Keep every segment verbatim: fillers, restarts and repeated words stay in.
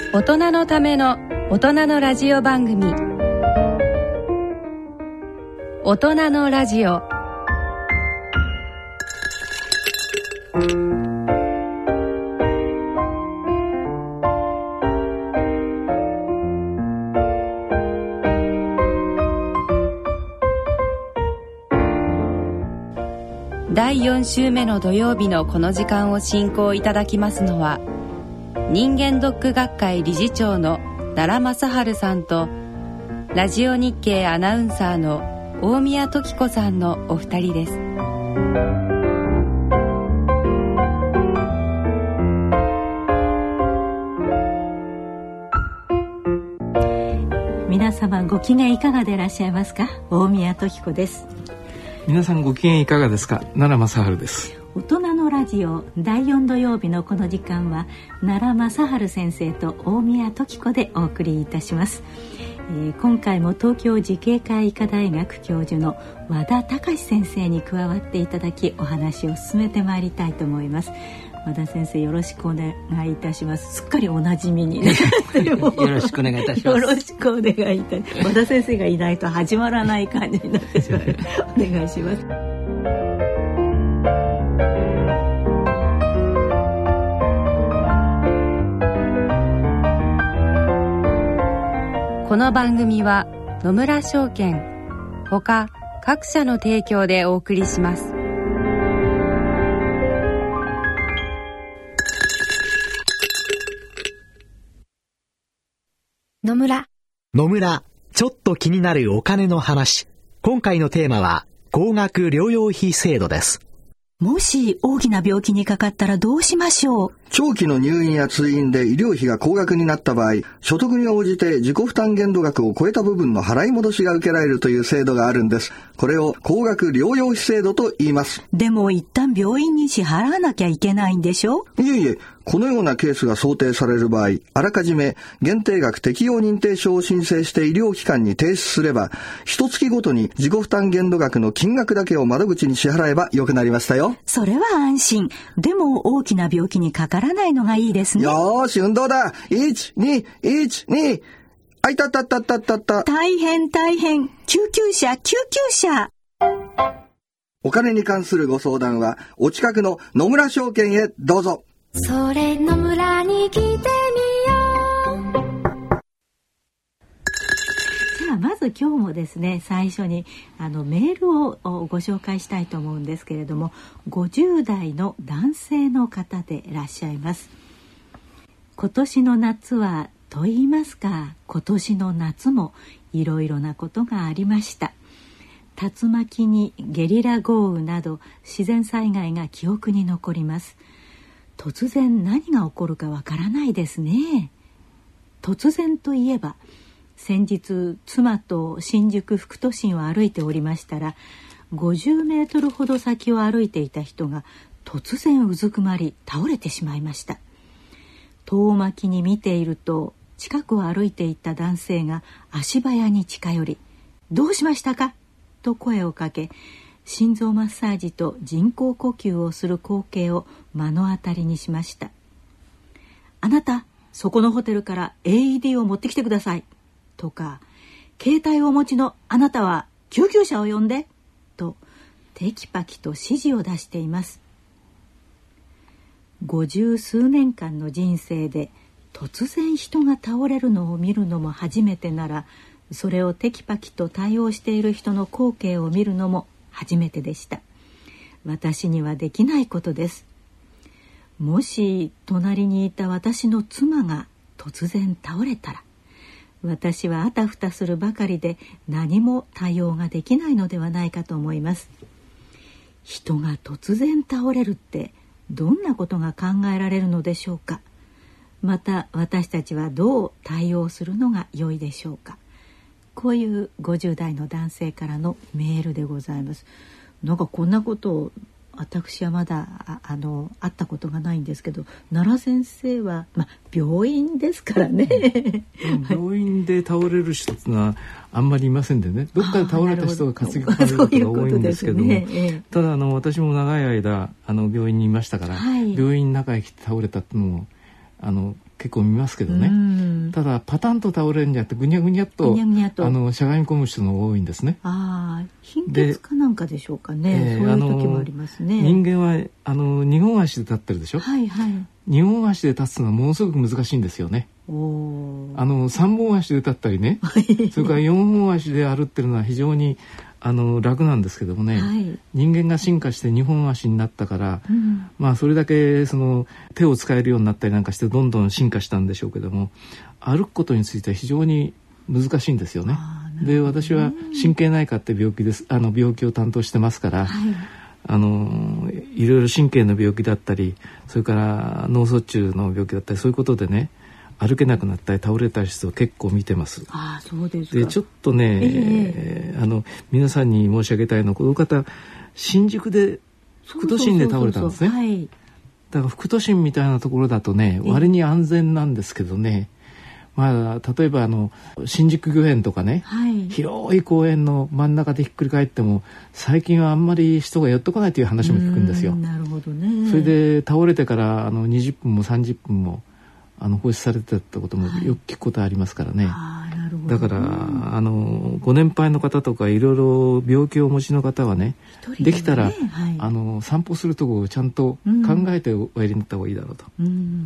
大人のための大人のラジオ番組、大人のラジオ。だいよん週目の土曜日のこの時間を進行いただきますのは、人間ドック学会理事長の奈良正治さんと、ラジオ日経アナウンサーの大宮時子さんのお二人です。 皆様ご機嫌いかがでいらっしゃいますか。大宮時子です。 皆さんご機嫌いかがですか。奈良正治です。 大人のラジオだいよん土曜日のこの時間は、奈良正治先生と大宮時子でお送りいたします。えー、今回も東京慈恵会医科大学教授の和田隆先生に加わっていただき、お話を進めてまいりたいと思います。和田先生、よろしくお願いいたします。すっかりおなじみに、ね、 よろしくお願いいたします。 よろしくお願いいたします。和田先生がいないと始まらない感じになってしまうお願いします。 この番組は野村証券ほか各社の提供でお送りします。 野村野村、ちょっと気になるお金の話。今回のテーマは高額療養費制度です。 もし大きな病気にかかったらどうしましょう。 長期の入院や通院で医療費が高額になった場合、所得に応じて自己負担限度額を超えた部分の払い戻しが受けられるという制度があるんです。これを高額療養費制度と言います。 でも一旦病院に支払わなきゃいけないんでしょ。 いえいえ、このようなケースが想定される場合、あらかじめ限定額適用認定書を申請して医療機関に提出すれば、一月ごとに自己負担限度額の金額だけを窓口に支払えばよくなりましたよ。 それは安心。でも大きな病気にかからないのがいいですね。 よーし、運動だ。いち、に、いち、に。あいたったったったったった。 大変大変。救急車、救急車。 お金に関するご相談は、お近くの野村証券へどうぞ。 それ野村に来てみよう。 じゃあまず今日もですね、最初にあのメールをご紹介したいと思うんですけれども、ごじゅう代の男性の方でいらっしゃいます。今年の夏はと言いますか、今年の夏もいろいろなことがありました。竜巻にゲリラ豪雨など自然災害が記憶に残ります。突然何が起こるかわからないですね。突然といえば、先日妻と新宿副都心を歩いておりましたら、ごじゅうメートルほど先を歩いていた人が突然うずくまり倒れてしまいました。遠巻きに見ていると、近くを歩いていた男性が足早に近寄り、どうしましたかと声をかけ、心臓マッサージと人工呼吸をする光景を目の当たりにしました。あなた、そこのホテルから エーイーディー を持ってきてくださいとか、携帯をお持ちのあなたは救急車を呼んでとテキパキと指示を出しています。五十数年間の人生で突然人が倒れるのを見るのも初めてなら、それをテキパキと対応している人の光景を見るのも初めてでした。私にはできないことです。もし隣にいた私の妻が突然倒れたら、私はあたふたするばかりで何も対応ができないのではないかと思います。人が突然倒れるってどんなことが考えられるのでしょうか。また私たちはどう対応するのが良いでしょうか。こういうごじゅう代の男性からのメールでございます。なんかこんなことを私はまだ あ, あの会ったことがないんですけど、奈良先生は、まあ、病院ですからね、 うん、病院で倒れる人ってのはあんまりいませんでね、どっかで倒れた人が担ぎ込まれることが多いんですけども、ねええ、ただあの私も長い間あの病院にいましたから、はい、病院の中へ来て倒れたってのもあの結構見ますけどね。ただパタンと倒れるんじゃなくてぐにゃぐにゃっと、ぐにゃぐにゃとあのしゃがみ込む人の多いんですね。 ああ、貧血かなんかでしょうかね。そういう時もありますね。 人間はあのにほん足で立ってるでしょ。はいはい。にほん足で立つのはものすごく難しいんですよね。おあのさんぼん足で立ったりねそれからよんほん足で歩ってるのは非常にあの楽なんですけどもね、はい、人間が進化してにほん足になったから、うん、まあそれだけその手を使えるようになったりなんかしてどんどん進化したんでしょうけども、歩くことについては非常に難しいんですよね。で、私は神経内科って病気ですあの病気を担当してますから、はい、あのいろいろ神経の病気だったり、それから脳卒中の病気だったり、そういうことでね歩けなくなったり倒れたりする人を結構見てます。 ああ、そうですか。 でちょっとね、えー、あの皆さんに申し上げたいのは、この方新宿で副都心で倒れたんですね。だから副都心みたいなところだとね割に安全なんですけどね、まあ、例えばあの新宿御苑とかね、はい、広い公園の真ん中でひっくり返っても最近はあんまり人が寄ってこないという話も聞くんですよ。 なるほどね。 それで倒れてからあのにじゅっぷんもさんじゅっぷんもあの放置されてたこともよく聞くことありますからね。はい、あ、なるほどね。だからあのご年配の方とかいろいろ病気をお持ちの方はね、で, ねできたら、はい、あの散歩するところをちゃんと考えておやりになった方がいいだろうと、うん、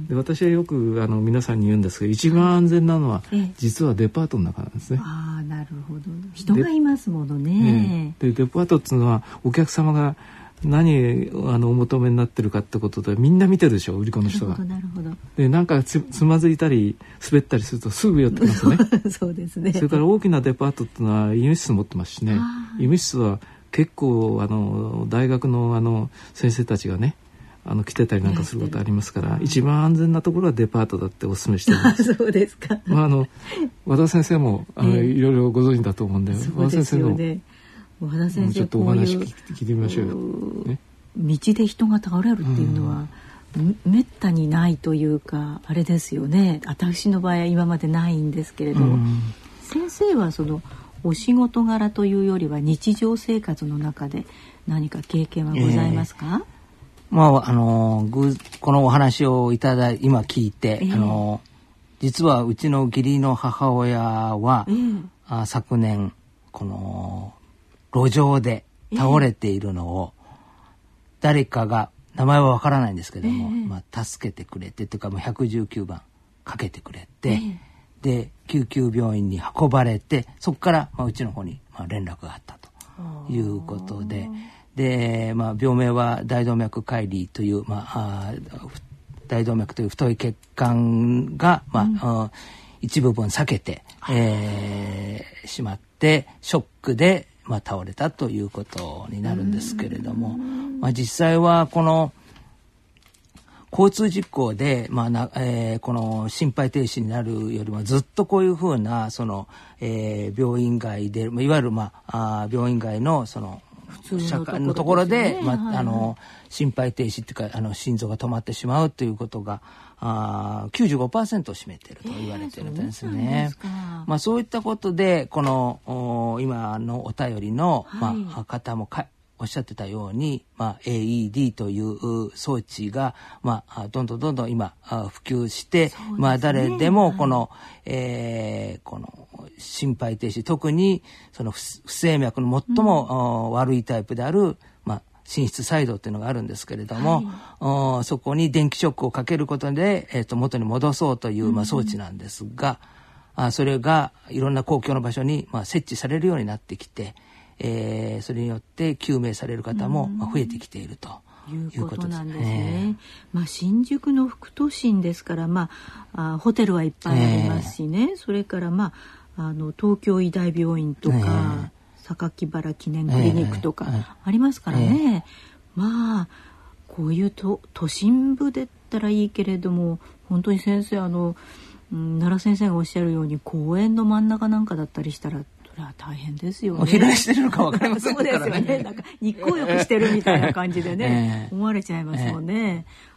で私はよくあの皆さんに言うんですけど、一番安全なのは、はい、実はデパートの中なんですね。 あ、なるほど。人がいますものね。 で, でデパートっていうのはお客様が何あのお求めになってるかってことでみんな見てるでしょ、売り子の人が。なるほど。でなんか つ, つまずいたり滑ったりするとすぐ寄ってきますねそうですね。 それから大きなデパートっていうのは医務室持ってますしね、医務室は結構あの大学のあの先生たちがねあの来てたりなんかすることありますから、一番安全なところはデパートだってお勧めしています。 そうですか。 まあ、あの和田先生もあの、えー、いろいろご存知だと思うんで、和田先生の和田先生ちょっとお話聞いてみましょうよ、ね、 道で人が倒れるっていうのは、うん、めったにないというかあれですよね。私の場合は今までないんですけれども、うん、先生はそのお仕事柄というよりは日常生活の中で何か経験はございますか？ えー、まああのこのお話をいただい今聞いて、えー、あの実はうちの義理の母親は、えー、あ昨年この路上で倒れているのを、えー、誰かが名前はわからないんですけども、えーまあ、助けてくれてというかもうひゃくじゅうきゅうばんかけてくれて、えー、で救急病院に運ばれて、そこから、まあ、うちの方に、まあ、連絡があったということで、で、まあ、病名は大動脈解離という、まあ、大動脈という太い血管が、まあうん、一部分避けて、えー、しまってショックでまあ、倒れたということになるんですけれども、まあ、実際はこの交通事故で、まあなえー、この心肺停止になるよりもずっとこういうふうなその、えー、病院外でいわゆる、まあ、あ病院外のその社会のところで、まあ、あの心肺停止っていうかあの心臓が止まってしまうということがあ きゅうじゅうごパーセント を占めていると言われているんですね。えー、そうまあ、そういったことでこの今のお便りの、はい、まあ、方もかおっしゃってたように、まあ、エーイーディー という装置が、まあ、どんどんどんどん今普及して、ね、まあ、誰でもこの、はい、えー、この心肺停止、特にその不整脈の最も、うん、悪いタイプである、まあ、心室細動というのがあるんですけれども、はい、そこに電気ショックをかけることで、えー、と元に戻そうという、まあ、装置なんですが、うん、あそれがいろんな公共の場所に、まあ、設置されるようになってきて、えー、それによって救命される方も、まあ、増えてきているということなんですね。 まあ、新宿の副都心ですから、まあ、あホテルはいっぱいありますしね、えー、それから、まあ、あの東京医大病院とか、えー、榊原記念クリニックとかありますからね、えー、まあこういうと都心部だったらいいけれども、本当に先生あの、うん、奈良先生がおっしゃるように公園の真ん中なんかだったりしたらそれは大変ですよね。 お昼寝してるのか分かりませんからね。 そうですよね。なんか日光浴してるみたいな感じでね、えー、思われちゃいますもんね。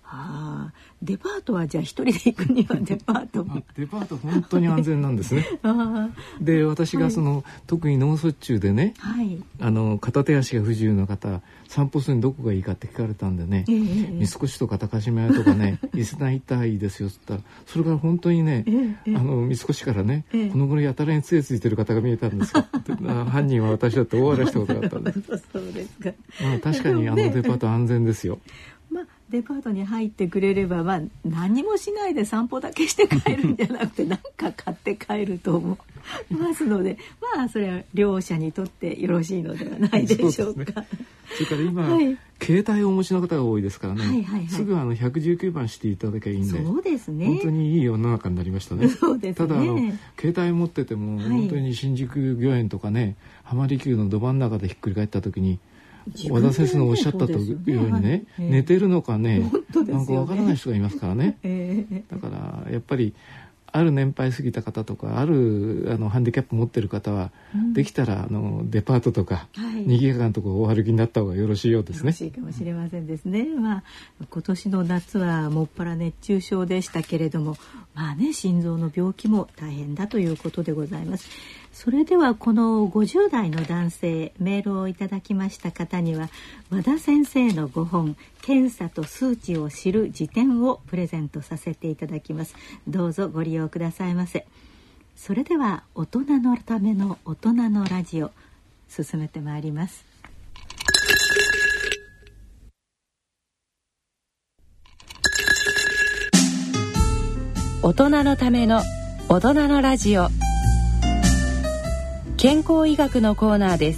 あデパートはじゃあ一人で行くにはデパートもデパート本当に安全なんですねあで私がその、はい、特に脳卒中でね、はい、あの片手足が不自由な方散歩するにどこがいいかって聞かれたんでね、えー、三越とか高島屋とかね伊勢丹行ったらいいですよって言ったらそれから本当にね、えー、あの三越からね、えー、このぐらいやたらに杖ついてる方が見えたんですよ犯人は私だって大笑いしたことがあったんですそうですか、 まあ、確かにあのデパート安全ですよまあ、デパートに入ってくれれば、まあ、何もしないで散歩だけして帰るんじゃなくて何か買って帰ると思いますのでまあそれは両者にとってよろしいのではないでしょうか。 そ, う、ね、それから今、はい、携帯をお持ちの方が多いですからね、はいはいはい、すぐあのひゃくじゅうきゅうばんしていただけばいいんでそうですね本当にいい世の中になりましたね。 そうですねただあの携帯持ってても、はい、本当に新宿御苑とかね浜離宮のど真ん中でひっくり返った時に和田先生のおっしゃったというようにね、はい、寝てるのかね、ねなんかわからない人がいますからね、えー、だからやっぱりある年配過ぎた方とかあるあのハンディキャップ持ってる方は、うん、できたらあのデパートとか、はい、にぎやかなところをお歩きになった方がよろしいようですね。よろしいかもしれませんですね、まあ、今年の夏はもっぱら熱中症でしたけれどもまあね心臓の病気も大変だということでございます。それではこのごじゅう代の男性メールをいただきました方には和田先生のご本検査と数値を知る辞典をプレゼントさせていただきます。どうぞご利用くださいませ。それでは大人のための大人のラジオ進めてまいります。 大人のための大人のラジオ健康医学のコーナーです。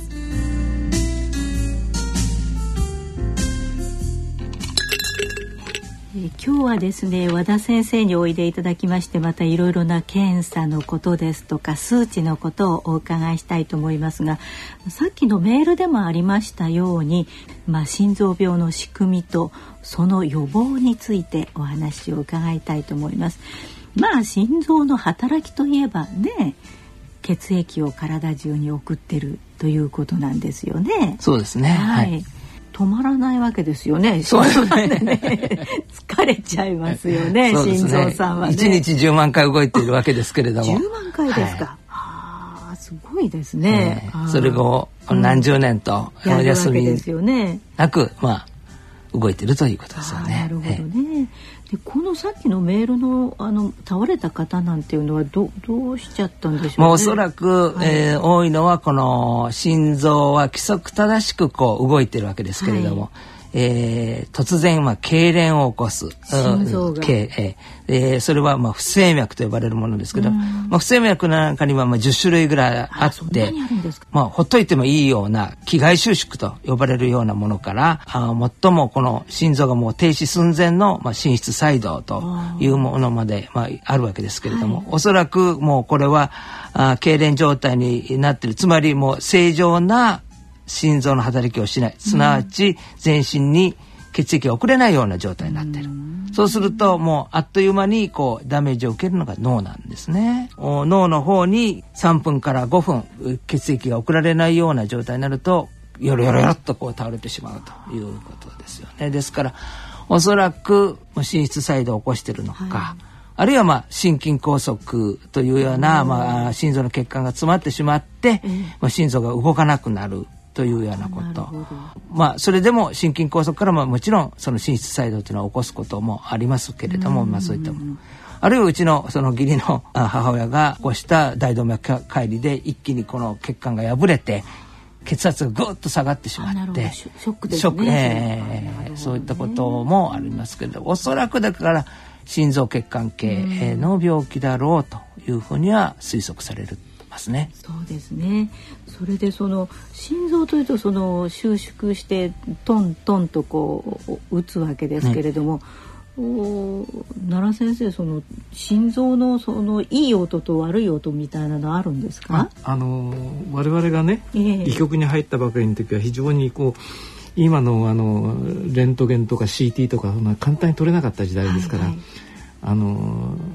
え今日はですね和田先生においでいただきましてまたいろいろな検査のことですとか数値のことをお伺いしたいと思いますがさっきのメールでもありましたように、まあ、心臓病の仕組みとその予防についてお話を伺いたいと思います。まあ心臓の働きといえばね血液を体中に送ってるということなんですよね。 そうですね、はい、 止まらないわけですよね。そうですね疲れちゃいますよね、はい、心臓さんはね。 いちにちじゅうまんかい動いているわけですけれどもじゅうまんかいですか、はい、あすごいですね、 はい、それを何十年と休みなく、まあ動いてるということですよね。 なるほどね。でこのさっきのメール の, あの倒れた方なんていうのは ど, どうしちゃったんでしょうね。 もうおそらく、はいえー、多いのはこの心臓は規則正しくこう動いてるわけですけれども、はいえー、突然まあ痙攣を起こす心臓が、 えーえー、それはまあ不整脈と呼ばれるものですけど、まあ、不整脈の中にはまあじゅっしゅるいぐらいあってまあ、ほっといてもいいような気外収縮と呼ばれるようなものからあ最もこの心臓がもう停止寸前のまあ心室細動というものまでまああるわけですけれども、はい、おそらくもうこれはあ痙攣状態になっているつまりもう正常な心臓の働きをしないすなわち全身に血液が送れないような状態になっている。そうするともうあっという間にこうダメージを受けるのが脳なんですね。脳の方にさんぷんからごふん血液が送られないような状態になるとヨロヨロヨロっとこう倒れてしまうということですよね。ですからおそらく心室細動を起こしているのか、はい、あるいはまあ心筋梗塞というような、まあ、心臓の血管が詰まってしまって、まあ、心臓が動かなくなるというようなこと。まあそれでも心筋梗塞からももちろんその心室細動というのは起こすこともありますけれども、まあそういったもの。あるいはうちのその義理の母親が起こした大動脈解離で一気にこの血管が破れて血圧がぐっと下がってしまってショックですね。 ショック、えー、そういったこともありますけれど、おそらくだから心臓血管系の病気だろうというふうには推測される。ね、 そうですね。それでその心臓というとその収縮してトントンとこう打つわけですけれども、ね、奈良先生その心臓のそのいい音と悪い音みたいなのあるんですか？ あ、あの我々がね、えー、医局に入ったばかりの時は非常にこう今 の, あのレントゲンとか シーティー とか簡単に取れなかった時代ですから、はいはい、あの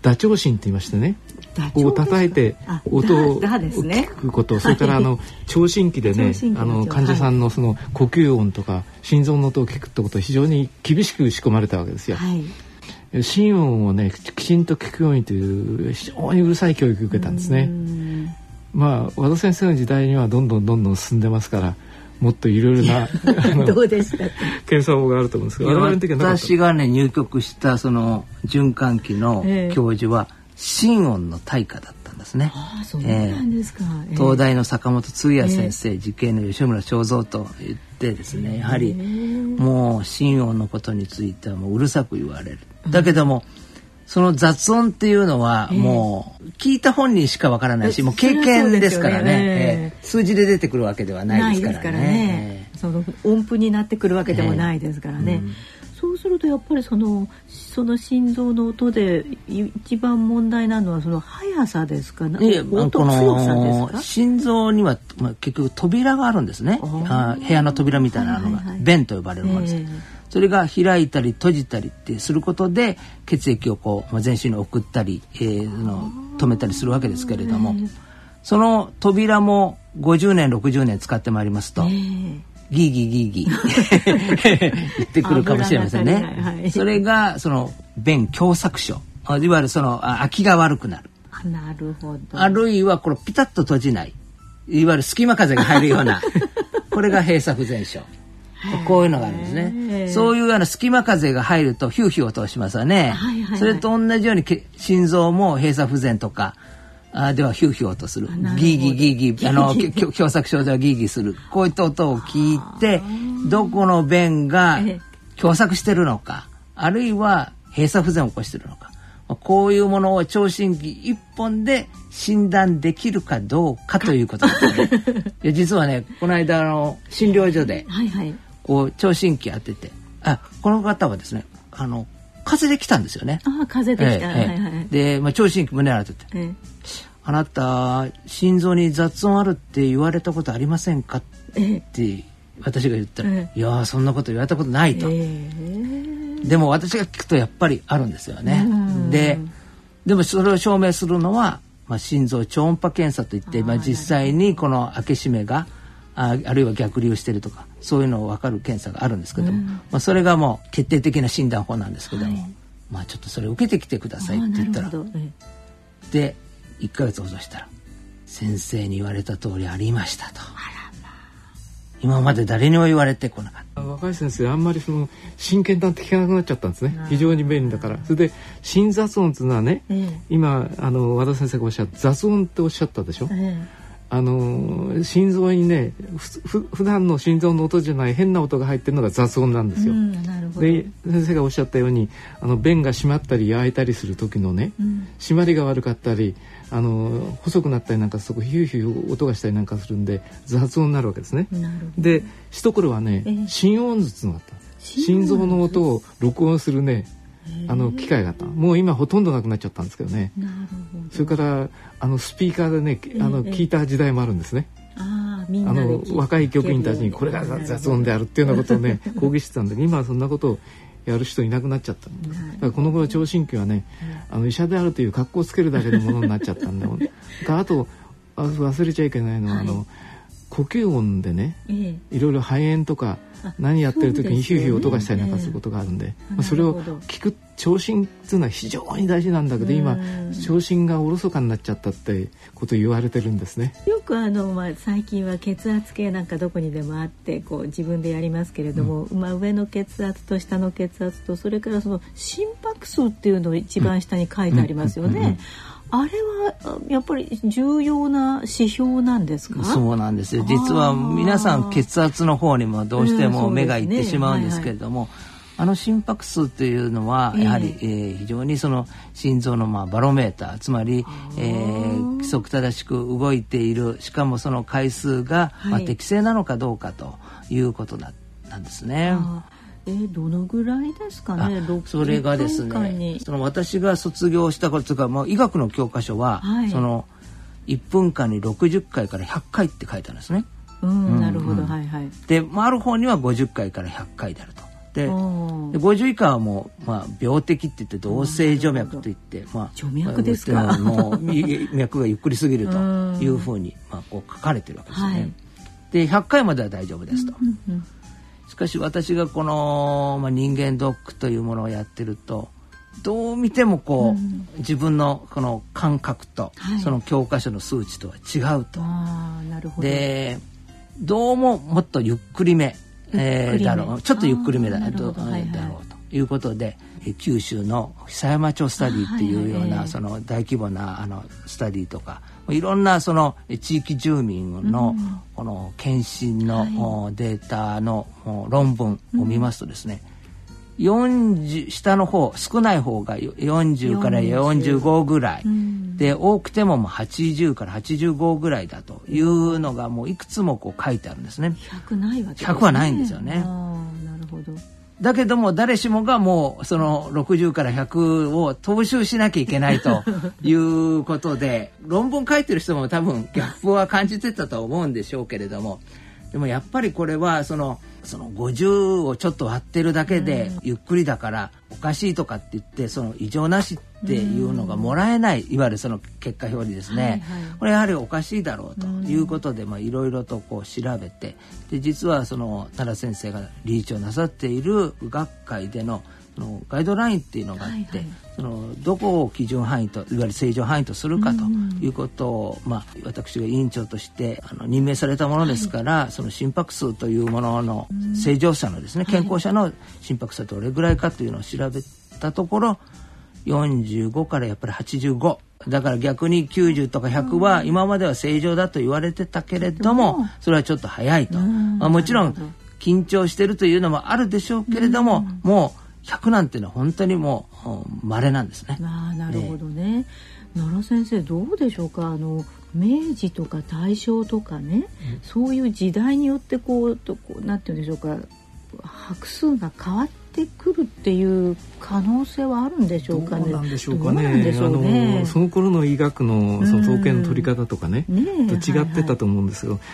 打聴芯と言いましてね、こう叩いて音を聞くこと、それからあの聴診器でね、あの患者さんのその呼吸音とか心臓の音を聞くってことを非常に厳しく仕込まれたわけですよ。はい、心音をねきちんと聞くようにという非常にうるさい教育を受けたんですね。まあ和田先生の時代にはどんどんどんどん進んでますから、もっといろいろなどうでした検査法があると思うんですけど、 私がね入局したその循環器の教授は心音の大家だったんですね。 ああ、そうなんですか。 えー、東大の坂本通也先生、えー、慈恵の吉村正蔵と言ってですね、やはりもう心音のことについてはもううるさく言われる。だけども、うんその雑音っていうのはもう聞いた本人しかわからないし、えー、もう経験ですからね、えー、数字で出てくるわけではないですからね。 ないですからね、えー、その音符になってくるわけでもないですからね、えーうん、そうするとやっぱりそのその心臓の音で一番問題なのはその速さですか、ね、音強さですか。 心臓には、まあ、結局扉があるんですね。あ部屋の扉みたいなのが、はいはい、弁と呼ばれるものです、えーそれが開いたり閉じたりってすることで血液をこう全身に送ったり、えー、の止めたりするわけですけれども、その扉もごじゅうねんろくじゅうねん使ってまいりますと、えー、ギーギーギーギー言ってくるかもしれませんね。はい、それがその弁狭窄症、いわゆるその空きが悪くなる。 あ、なるほど。 あるいはこれピタッと閉じない、いわゆる隙間風が入るようなこれが閉鎖不全症。こういうのがあるんですね。そういうような隙間風が入るとヒューヒュー音をしますわね。はいはいはい、それと同じように心臓も閉鎖不全とかあではヒューヒュー音する。ギーギーギーギーあの狭窄症ではギーギーする。こういった音を聞いてどこの弁が狭窄してるのか、あるいは閉鎖不全を起こしてるのか、こういうものを聴診器一本で診断できるかどうかということですね。いや実はねこの間あの診療所で、はいはいこう聴診器当てて、あこの方はですねあの風邪で来たんですよね。 あ風邪で来た、えーはいはい、 で、まあ、聴診器胸当てて、えー、あなた心臓に雑音あるって言われたことありませんか、えー、って私が言ったら、えー、いやそんなこと言われたことないと、えー、でも私が聞くとやっぱりあるんですよね。ででもそれを証明するのは、まあ、心臓超音波検査といって、まあ、実際にこの開け閉めがあ, あるいは逆流してるとかそういうのを分かる検査があるんですけども、うんまあ、それがもう決定的な診断法なんですけども、はい、まあちょっとそれを受けてきてくださいって言ったら、でいっかげつほどしたら先生に言われた通りありましたと。あら、まあ、今まで誰にも言われてこなかった。 若い先生あんまりその真剣談って聞かなくなっちゃったんですね。非常に便利だから。それで心雑音っていうのはね、えー、今あの和田先生がおっしゃった雑音っておっしゃったでしょ、えーあの心臓にねふ普段の心臓の音じゃない変な音が入ってるのが雑音なんですよ。うん、なるほど。で先生がおっしゃったようにあの弁が閉まったり開いたりする時のね、うん、締まりが悪かったりあの細くなったりなんかするとヒューヒュー音がしたりなんかするんで雑音になるわけですね。なるほど。で一頃はね、えー、心音図っていうのがあった。心臓の音を録音するねあの機械があった。もう今ほとんどなくなっちゃったんですけどね。なるほど。それからあのスピーカーでねあの聞いた時代もあるんですね。あみんなであの若い局員たちにこれが雑音であるっていうようなことをね抗議してたんだけど今はそんなことをやる人いなくなっちゃった。だからこの頃聴診器はねあの医者であるという格好をつけるだけのものになっちゃったんだよ。あと忘れちゃいけないのは、はい、あの呼吸音でね、ええ、いろいろ肺炎とか何やってる時にヒューヒュー音がしたりなんかすることがあるんで、ええまあ、それを聞く聴診っていうのは非常に大事なんだけど今聴診がおろそかになっちゃったってことを言われてるんですね。 よくあの、まあ、最近は血圧計なんかどこにでもあってこう自分でやりますけれども、うんまあ、上の血圧と下の血圧とそれからその心拍数っていうのを一番下に書いてありますよね。うんうんうんうんあれはやっぱり重要な指標なんですか？ そうなんですよ。実は皆さん血圧の方にもどうしても目がいってしまうんですけれども、うんねはいはい、あの心拍数というのはやはり、えーえー、非常にその心臓のまあバロメーターつまり、えー、規則正しく動いているしかもその回数が、まあ、適正なのかどうかということな、なんですね。 えー、どのぐらいですかね。 それがですねその私が卒業した頃というか、まあ、医学の教科書は、はい、そのいっぷんかんにろくじゅっかいからひゃっかいって書いてあるんですね。 うん、うん、なるほど、はいはい。 で、まあ、ある方にはごじゅっかいからひゃっかいであると。 でごじゅう以下はもう、まあ、病的って言って動静除脈といって、まあ、 除脈ですか、 まあ、もう脈がゆっくりすぎるというふうに、まあ、こう書かれてるわけですね、はい、でひゃっかいまでは大丈夫ですと、うんうんうん、しかし私がこの、まあ、人間ドックというものをやってるとどう見てもこう、うん、自分のこの感覚と、はい、その教科書の数値とは違うと。 あー、なるほど。 でどうももっとゆっくりめ、えー、だろうちょっとゆっくりめだろうということで、九州の久山町スタディっていうような、はいはい、その大規模なあのスタディとかいろんなその地域住民のこの検診のデータの論文を見ますとですね、よんじゅう下の方少ない方がよんじゅうからよんじゅうごぐらい、うん、で多くてももうはちじゅうからはちじゅうごぐらいだというのがもういくつもこう書いてあるんですね。 ひゃくないわけですね。 ひゃくはないんですよね。 あ、なるほど。 だけども誰しもがもうそのろくじゅうからひゃくを踏襲しなきゃいけないということで論文書いてる人も多分ギャップは感じてたと思うんでしょうけれども、でもやっぱりこれはそのそのごじゅうをちょっと割ってるだけでゆっくりだからおかしいとかって言ってその異常なしっていうのがもらえない、いわゆるその結果表にですね、はいはい、これやはりおかしいだろうということでいろいろとこう調べて、で実はその奈良先生が理事長なさっている学会でのそのガイドラインっていうのがあって、はいはい、そのどこを基準範囲といわゆる正常範囲とするかということを、まあ、私が委員長としてあの任命されたものですから、はい、その心拍数というものの正常者のですね、健康者の心拍数はどれぐらいかというのを調べたところよんじゅうごからやっぱりはちじゅうごだから逆にきゅうじゅうとかひゃくは今までは正常だと言われてたけれどもそれはちょっと早いと、まあ、もちろん緊張してるというのもあるでしょうけれどももうひゃくなんていうのは本当にもう稀なんですね。 あ、なるほどね。奈良先生どうでしょうか。あの明治とか大正とかね、うん、そういう時代によってこうとこうなんていうんでしょうか、拍数が変わってくるっていう可能性はあるんでしょうかね。 どうなんでしょうかね。あのその頃の医学のその統計の取り方とかね、うん、ねと違ってたと思うんですよ。はいはい、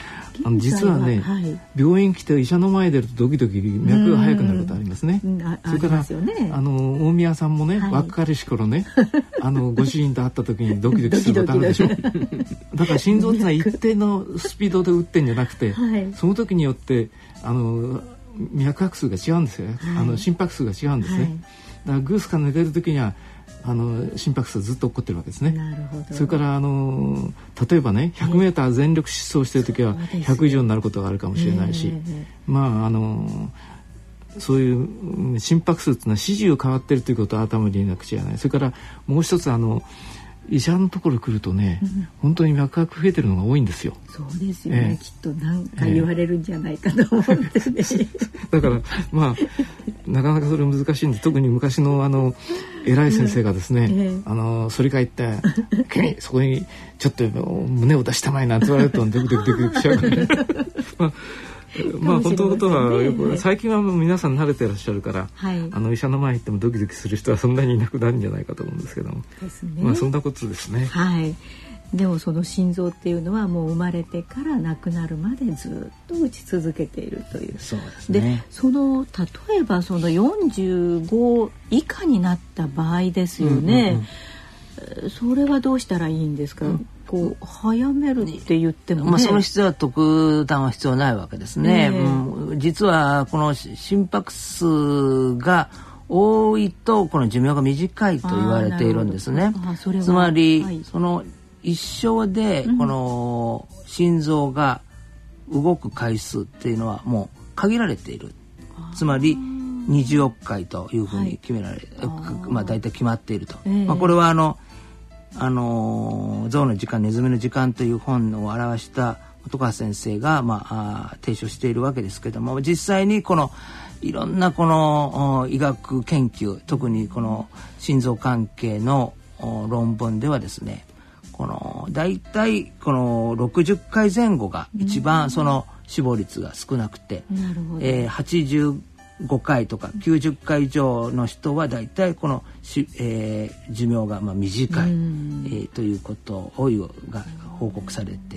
あの実はね、はい、病院来て医者の前出るとドキドキ脈が速くなることありますね。あそれからあ、ね、あの大宮さんもね、はい、若かりし頃ねあのご主人と会った時にドキドキすることあるでしょ。だから心臓ってのは一定のスピードで打ってんじゃなくて、はい、その時によってあの脈拍数が違うんですよ、はい、あの心拍数が違うんですね、はい、だからグースから寝てる時にはあの心拍数ずっと起こってるわけですね。 なるほど。 それからあの例えばね ひゃくメーター 全力疾走している時はひゃく以上になることがあるかもしれないし、まああのそういう心拍数っていうのは始終変わってるということを頭に入れなくちゃいけない。それからもう一つあの医者のところ来るとね、うん、本当に脈拍増えてるのが多いんですよ。 そうですよね、えー、きっと何か言われるんじゃないかと思うんですね、 えー、だからまあなかなかそれ難しいんで、特に昔のあの偉い先生がですね、うんえー、あの反り返って君そこにちょっと胸を出したまえなんて言われるとドキドキドキドキしちゃうからねまあまあ本当のことはよく最近はもう皆さん慣れてらっしゃるから、はい、あの医者の前に行ってもドキドキする人はそんなにいなくなるんじゃないかと思うんですけども、ですね、まあそんなことですね。 はい。でもその心臓っていうのはもう生まれてから亡くなるまでずっと打ち続けているという。 そうですね。 でその例えばそのよんじゅうご以下になった場合ですよね、うんうんうん、それはどうしたらいいんですか、うん、こう早めるって言ってもね、 まあ、その必要は特段は必要ないわけですね、ね、うん、実はこの心拍数が多いとこの寿命が短いと言われているんですね。つまり、はい、その一生でこの心臓が動く回数っていうのはもう限られている、うん、つまりにじゅうおくかいというふうに決められ、はい、まあ大体決まっていると、えーまあ、これはあのあの象の時間ネズミの時間という本を表した本川先生が、まあ、あ提唱しているわけですけども、実際にこのいろんなこの医学研究、特にこの心臓関係の論文ではですね、このだいたいこのろくじゅっかいぜん後が一番その死亡率が少なくて、えー、はちじゅうごかいとかきゅうじゅっかい以上の人はだいたいこのし、えー、寿命がまあ短い、えー、ということをが報告されている。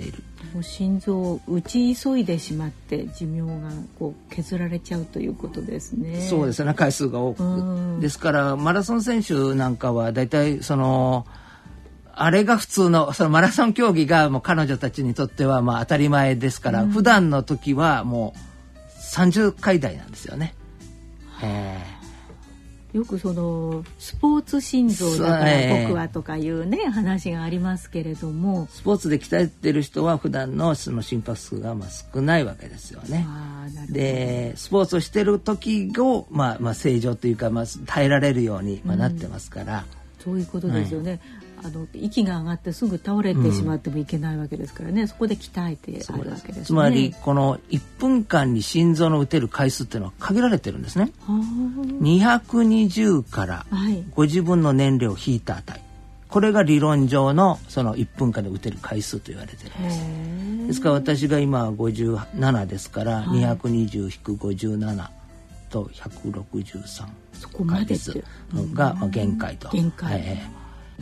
もう心臓を打ち急いでしまって寿命がこう削られちゃうということですね。 そうですね、回数が多くですからマラソン選手なんかはだいたいそのあれが普通のそのマラソン競技がもう彼女たちにとってはまあ当たり前ですから、うん、普段の時はもうさんじゅっかい台なんですよね。えーよくそのスポーツ心臓だから僕はとかいうね、えー、話がありますけれども、 スポーツで鍛えてる人は普段のその心拍数がまあ少ないわけですよね。 あ、なるほど。 でスポーツをしてる時を、まあ、まあ正常というか、まあ、耐えられるように、まあ、なってますから、 うん、そういうことですよね、はい。あの息が上がってすぐ倒れてしまってもいけないわけですからね、うん、そこで鍛えてあるわけですね。 つまりこのいっぷんかんに心臓の打てる回数っていうのは限られてるんですね。にひゃくにじゅうからご自分の年齢を引いた値、これが理論上のそのいっぷんかんで打てる回数と言われてるんです。ですから私が今ごじゅうななですから、はい、にひゃくにじゅう引くごじゅうななとひゃくろくじゅうさん回ですが限界と。 限界、はい、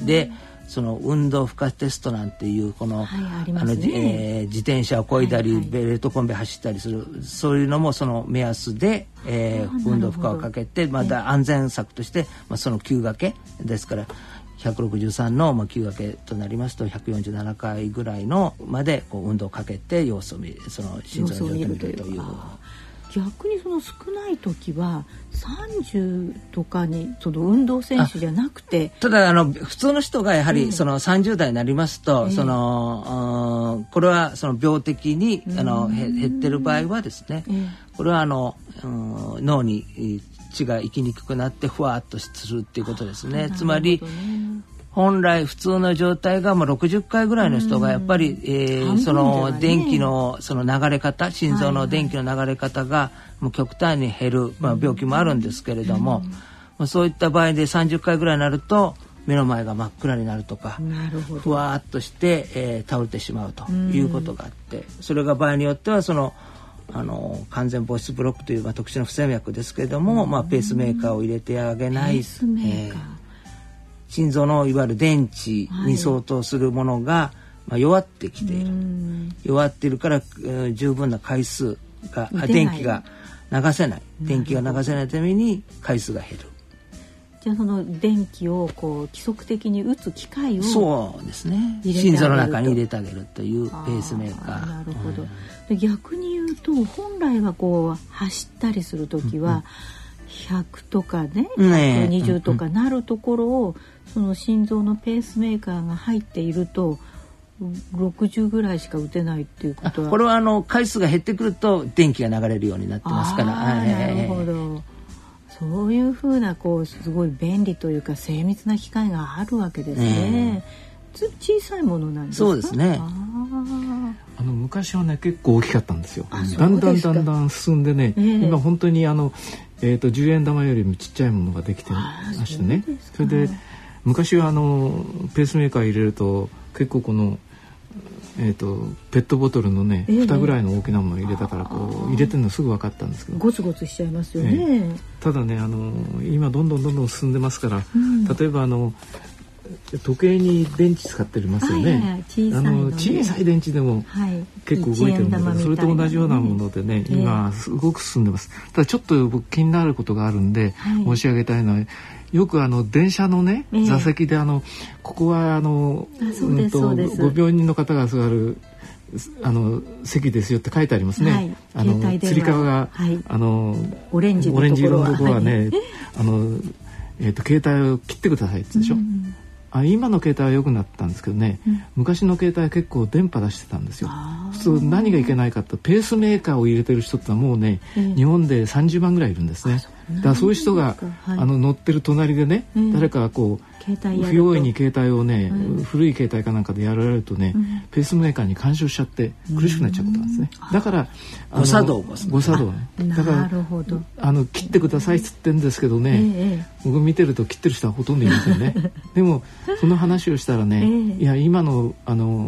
でその運動負荷テストなんていうこの、はい、ありますね、あの、えー、自転車を漕いだり、はいはい、ベルトコンベ走ったりする、そういうのもその目安で、えー、運動負荷をかけて、まだ安全策として、まあ、そのきゅう掛けですからひゃくろくじゅうさんのきゅう掛けとなりますとひゃくよんじゅうななかいぐらいのまでこう運動をかけて様子を見る、その心臓の状態を見るという。 逆にその少ない時はさんじゅうとかにその運動選手じゃなくて、 ただあの普通の人がやはりそのさんじゅう代になりますと、えー、そのこれはその病的にあの減ってる場合はですね、えー、これはあの脳に血が行きにくくなってふわっとするっていうことですね。つまり本来普通の状態がもうろくじゅっかいぐらいの人がやっぱり、えー、その電気のその流れ方、心臓の電気の流れ方がもう極端に減る、まあ、病気もあるんですけれども、まあ、そういった場合でさんじゅっかいぐらいになると目の前が真っ暗になるとか、 なるほど、 ふわっとして、えー、倒れてしまうということがあって、それが場合によってはそのあの完全防湿ブロックという、まあ、特殊な不整脈ですけれども、まあ、ペースメーカーを入れてあげない、 ペースメーカー、えー心臓のいわゆる電池に相当するものが、はい、まあ、弱ってきている、弱っているから、えー、十分な回数が電気が流せない、電気が流せないために回数が減る。 じゃあその電気をこう規則的に打つ機械をそうですね、心臓の中に入れてあげるというペースメーカー。 なるほど、うん、で逆に言うと本来はこう走ったりするときは、うんうん、ひゃくとかねひゃくにじゅうとかなるところを、その心臓のペースメーカーが入っているとろくじゅうぐらいしか打てないっていうことは、 これはあの回数が減ってくると電気が流れるようになってますから。 なるほど、そういうふうなこうすごい便利というか精密な機械があるわけですね、えー、小さいものなんですか。 そうですね。 ああの昔はね結構大きかったんですよ。だんだんだんだん進んでね、えー、今本当にあの、えー、とじゅうえん玉よりもちっちゃいものができてましてね。それで昔はあのペースメーカー入れると結構この、えー、とペットボトルのね、えー、蓋ぐらいの大きなものを入れたからこう入れてるのすぐ分かったんですけど、 ゴツゴツしちゃいますよね、えー、 ただねあの今どんどんどんどん進んでますから、うん、例えばあの時計に電池使ってますよね、はいはい、小さいのね、あの小さい電池でも結構動いてるんだけど、はい、それと同じようなものでね、えー、今すごく進んでます。ただちょっと僕気になることがあるんで、はい、申し上げたいのは、よくあの電車のね、えー、座席であのここはあのうんとご病人の方が座るあの席ですよって書いてありますね、はい、あのつり革が、はい、あのオレンジの色のところはね、はい、あの、えー、と携帯を切ってくださいってでしょ、うん、あ今の携帯は良くなったんですけどね、うん、昔の携帯は結構電波出してたんですよ。普通何がいけないかってペースメーカーを入れてる人ってのはもうね、えー、日本でさんじゅうまんぐらいいるんですね。だからそういう人が、はい、あの乗ってる隣でね、えー、誰かがこう不用意に携帯をね、うん、古い携帯かなんかでやられるとね、うん、ペースメーカーに干渉しちゃって苦しくなっちゃうことなんですね、うん、だから誤作動誤作動ね。だからあの切ってくださいっつってんですけどね、えー、僕見てると切ってる人はほとんどいませんねでもその話をしたらね、えー、いや今のあの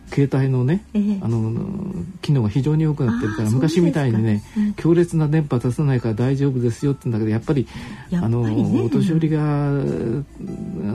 携帯のね、えー、あの機能が非常に良くなってるから、昔みたいにね、うん、強烈な電波出さないから大丈夫ですよって言うんだけど、やっぱり、やっぱりね、あのお年寄りが、うん、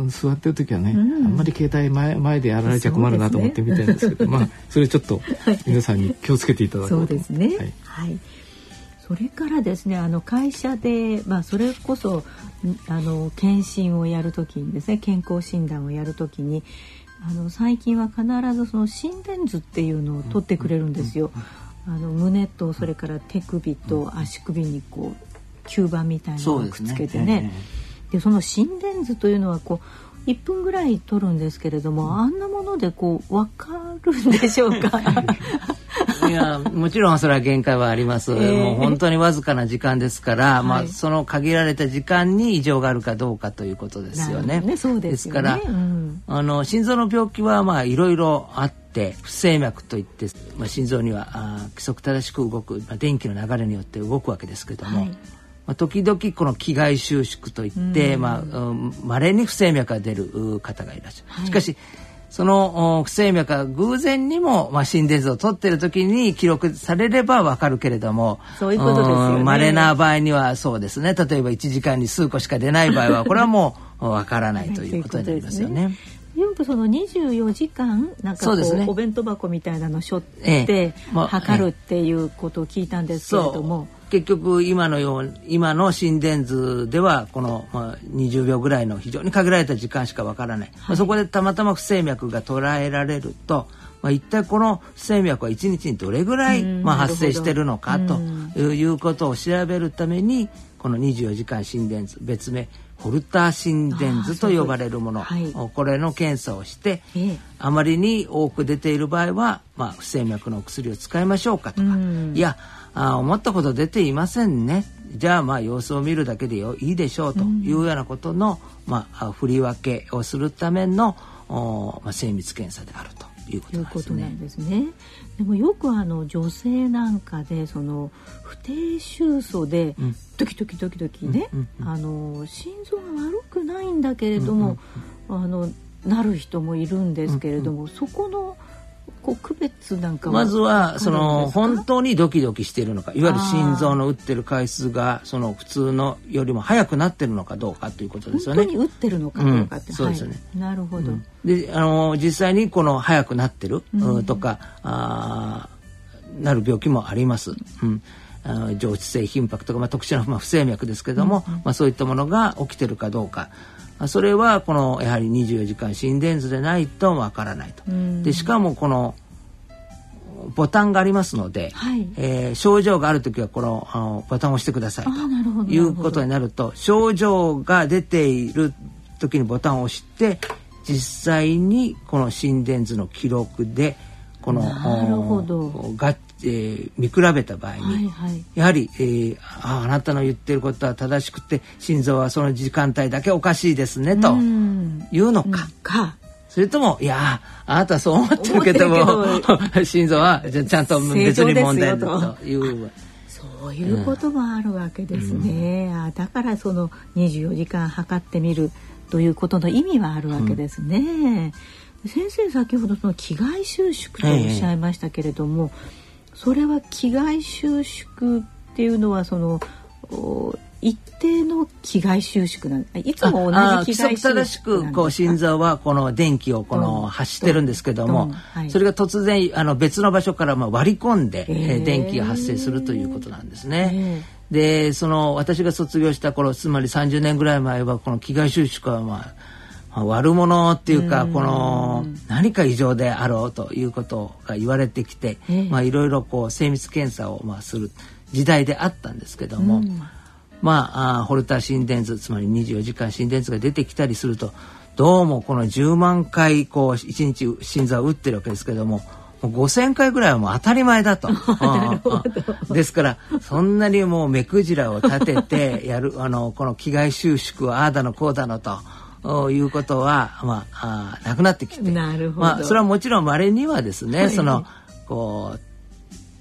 座ってる時はね、うん、あんまり携帯 前, 前でやられちゃ困るなと思って見てるんですけど、ね、まあそれちょっと皆さんに気をつけていただこうと。そうですね、はい、はい。 それからですね、あの会社で、まあ、それこそあの検診をやるときにですね、健康診断をやるときに、あの最近は必ずその心電図っていうのを取ってくれるんですよ。あの胸とそれから手首と足首にこう吸盤みたいなのをくっつけてね。で、その心電図というのはこういっぷんぐらい取るんですけれども、あんなものでこう分かるんでしょうか。 いや、もちろんそれは限界はあります、えー、もう本当にわずかな時間ですから、はい、まあ、その限られた時間に異常があるかどうかということですよね。 ね、そうですよね。 ですから、うん、あの心臓の病気はまあいろいろあって、不整脈といって、まあ、心臓にはあ規則正しく動く、まあ、電気の流れによって動くわけですけども、はい、まあ、時々この気外収縮といって、まあ、稀に不整脈が出る方がいらっしゃる、はい、しかしその不整脈が偶然にも、まあ、心電図を取っている時に記録されればわかるけれども、 そういうことですよね。 稀な場合にはそうですね、例えばいちじかんに数個しか出ない場合はこれはもうわからないということになりますよね。 よくそのにじゅうよじかんなんかこう、ね、お弁当箱みたいなのを背負って、ええ、測るっていうことを聞いたんですけれども、 ええ、結局今のよう今の心電図ではこの、まあ、にじゅうびょうぐらいの非常に限られた時間しかわからない、はい、まあ、そこでたまたま不整脈が捉えられると、まあ、一体この不整脈はいちにちにどれぐらい、まあ、発生しているのかということを調べるために、このにじゅうよじかん心電図、別名ホルター心電図と呼ばれるもの、はい、これの検査をして、ええ、あまりに多く出ている場合は、まあ、不整脈のお薬を使いましょうかとか、いやあ思ったほど出ていませんね、じゃあまあ様子を見るだけでよいいでしょうというようなことの、まあ、振り分けをするための、まあ、精密検査であるということなんですね。 いうことなんですね。でもよくあの女性なんかでその不定収素でドキドキドキドキね、うんうんうん、あの心臓が悪くないんだけれども、うんうん、あのなる人もいるんですけれども、うんうん、そこのこう区別なんかはまずはその本当にドキドキしているのか、いわゆる心臓の打ってる回数がその普通のよりも速くなってるのかどうかということですよね。 本当に打ってるのかどうかって、 うん、そうですよね、 はい、なるほど、うん、 であの実際にこの速くなってる、うん、とかあなる病気もあります、うん、あ上質性頻迫とか、まあ、特殊な、まあ、不整脈ですけども、うんうん、まあ、そういったものが起きてるかどうか、それはこのやはりにじゅうよじかん心電図でないとわからないと。でしかもこのボタンがありますので、はい、えー、症状があるときはこの、あのボタンを押してくださいということになると、症状が出ているときにボタンを押して実際にこの心電図の記録でこのが、えー、見比べた場合に、はいはい、やはり、えー、あ, あなたの言ってることは正しくて心臓はその時間帯だけおかしいですねというのか、かそれともいやあなたそう思ってるけども心臓はちゃんと別に問題だという。 そういうこともあるわけですね、うん、あだからそのにじゅうよじかん測ってみるということの意味はあるわけですね、うん、先生先ほどその気外収縮とおっしゃいましたけれども、ええそれは気外収縮っていうのはその一定の気外収縮なんいつも同じ気外収縮なんですか？規則正しくこう心臓はこの電気をこの発してるんですけども、はい、それが突然あの別の場所からまあ割り込んで、えー、電気が発生するということなんですね。えー、でその私が卒業した頃、つまりさんじゅうねんぐらい前はこの気外収縮はまあ悪者っていうか、この何か異常であろうということが言われてきて、まあいろいろこう精密検査をまあする時代であったんですけども、うん、まあホルター心電図、つまりにじゅうよじかん心電図が出てきたりすると、どうもこのじゅうまんかいこういちにち心臓を打ってるわけですけども、ごせんかいぐらいはもう当たり前だと。ですからそんなにもう目くじらを立ててやるあのこの気外収縮はああだのこうだのということは、まあ、あなくなってきて、なるほど、 まあ、それはもちろん稀にはですね、はい、そのこう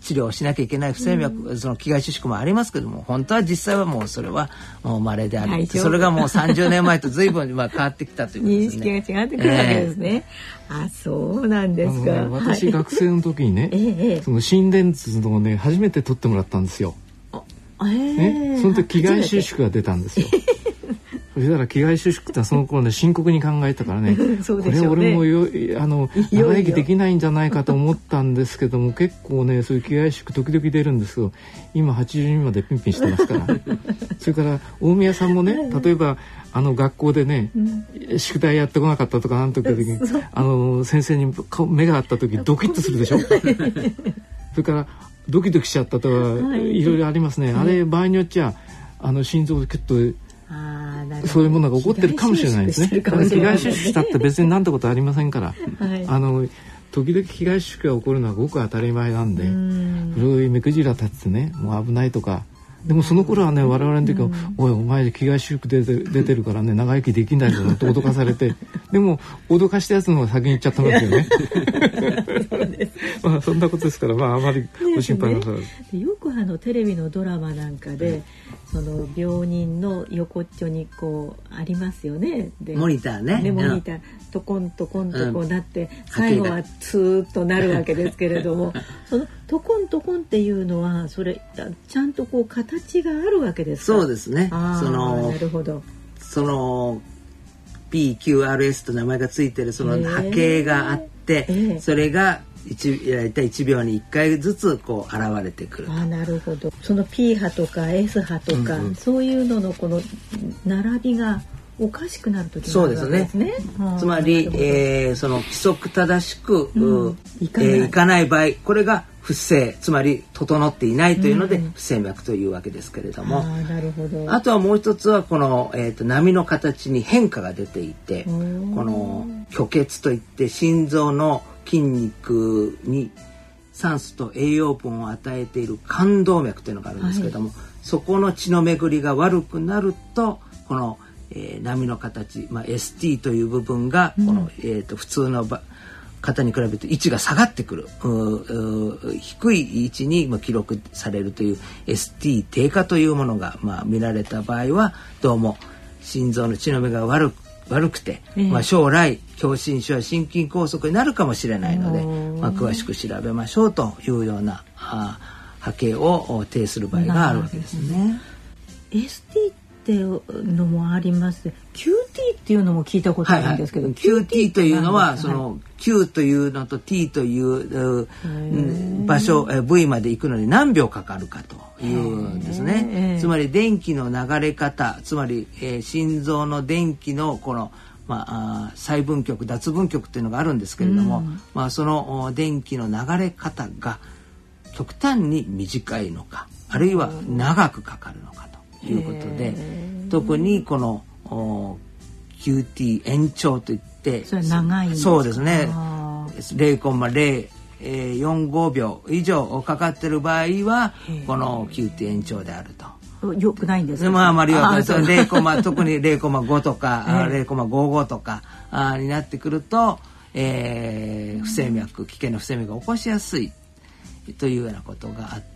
治療をしなきゃいけない不整脈、その気外収縮もありますけども、本当は実際はもうそれはもう稀である。それがもうさんじゅうねんまえと随分まあ変わってきたということですね。 認識が違ってくるわけですね。えー、あ、そうなんですか。 私、はい、学生の時にね、えー、その心電図のね初めて取ってもらったんですよ。あ、えー、ね、その時気外収縮が出たんですよ。そしたら気外収縮ってその頃ね深刻に考えたからねそうでしょうね、これ俺もよあの長生きできないんじゃないかと思ったんですけども結構ねそういう気外収縮時々出るんですけど今はちじゅうにまでピンピンしてますからそれから大宮さんもね例えばあの学校でね、うん、宿題やってこなかったとかなんとか時にあの先生に目が合った時ドキッとするでしょそれからドキドキしちゃったとか、はい、いろいろありますね、はい、あれ場合によっちゃあの心臓をキュッとあそういうものが起こってるかもしれないですね。気外収縮したって別になんてことありませんから、はい、あの時々気外収縮が起こるのはごく当たり前なんで、古い目くじら立ってねもう危ないとか。でもその頃はね我々の時は、うん、おいお前気外収縮出て出てるからね長生きできないぞと脅かされてでも脅かしたやつの方が先に行っちゃったんですよねそうですまあそんなことですからまああまりご心配なさらず、 ね、よくあのテレビのドラマなんかで、うん、その病人の横っちょにこうありますよねでモニターねねモニタートコントコンとこうなって、うん、最後はツーッとなるわけですけれどもそのトコントコンっていうのはそれちゃんとこう形があるわけですか。 そうですね。 そのなるほど。 その ピーキューアールエス と名前がついてるその波形があって、えー、それが大体いちびょうにいっかいずつこう現れてくる。 あ、なるほど。その P 波とか S 波とか、うんうん、そういうののこの並びがおかしくなる時があるわけですね。 そうですね。つまり、えー、その規則正しく、うん、いかない、えー、いかない場合、これが不正、つまり整っていないというので、うん、不整脈というわけですけれども、 あ、なるほど。 あとはもう一つはこの、えー、と波の形に変化が出ていて、この虚血といって心臓の筋肉に酸素と栄養分を与えている冠動脈というのがあるんですけれども、はい、そこの血の巡りが悪くなるとこのえー、波の形、まあ、エスティー という部分がこの、うん、えー、と普通の方に比べると位置が下がってくる低い位置に記録されるという エスティー 低下というものが、まあ、見られた場合はどうも心臓の血の巡りが悪く、悪くて、えーまあ、将来狭心症や心筋梗塞になるかもしれないので、まあ、詳しく調べましょうというようなあ波形を呈する場合があるわけですね。 エスティーっていうのもあります。キューティー っていうのも聞いたことあるんですけど、はいはい、 キューティー というのはその Q というのと T という場所部位まで行くのに何秒かかるかというんですね。つまり電気の流れ方、つまり、えー、心臓の電気のこのまあ、細分極脱分極というのがあるんですけれども、うん、まあ、その電気の流れ方が極端に短いのかあるいは長くかかるのかということで、特にこの キューティー 延長といってそれ長いんですか。 そうですね ゼロコンマゼロよんごびょう以上かかっている場合はこの キューティー 延長であると。 よくないんですか。 まあ、あまりよくない。ゼロコン特に ゼロコンマご とか、えー、ゼロコンマごじゅうご とかあになってくると、えー、不整脈危険な不整脈が起こしやすいというようなことがあって、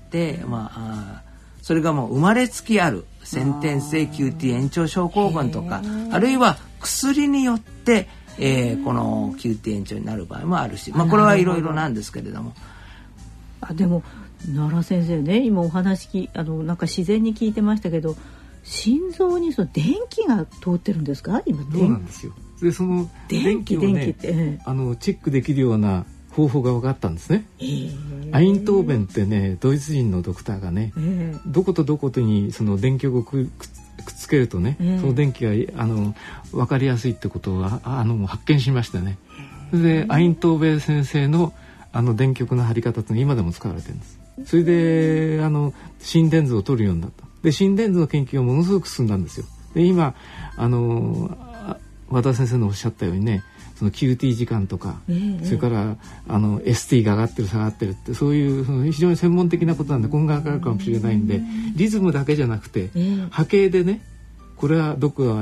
まあ、あそれがもう生まれつきある先天性 キューティー 延長症候群とかあるいは薬によって、えー、この キューティー 延長になる場合もあるし、まあ、これはいろいろなんですけれども。 あでも奈良先生ね今お話きあのなんか自然に聞いてましたけど心臓にその電気が通ってるんですか今。 そうなんですよ。でその電気をね電気って、うん、あのチェックできるような方法が分かったんですね。えー、アイントーベンってねドイツ人のドクターがね、えー、どことどことにその電極をく っ, くっつけるとね、えー、その電気があの分かりやすいってことをあの発見しましてね。それでアイントーベン先生のあの電極の貼り方って今でも使われてるんです。それであの心電図を取るようになった。で心電図の研究がものすごく進んだんですよ。で今あの和田先生のおっしゃったようにねその キューティー 時間とか、えー、それからあの エスティー が上がってる下がってるってそういうその非常に専門的なことなんで今後かかるかもしれないんで、リズムだけじゃなくて、えー、波形でねこれはどこが悪い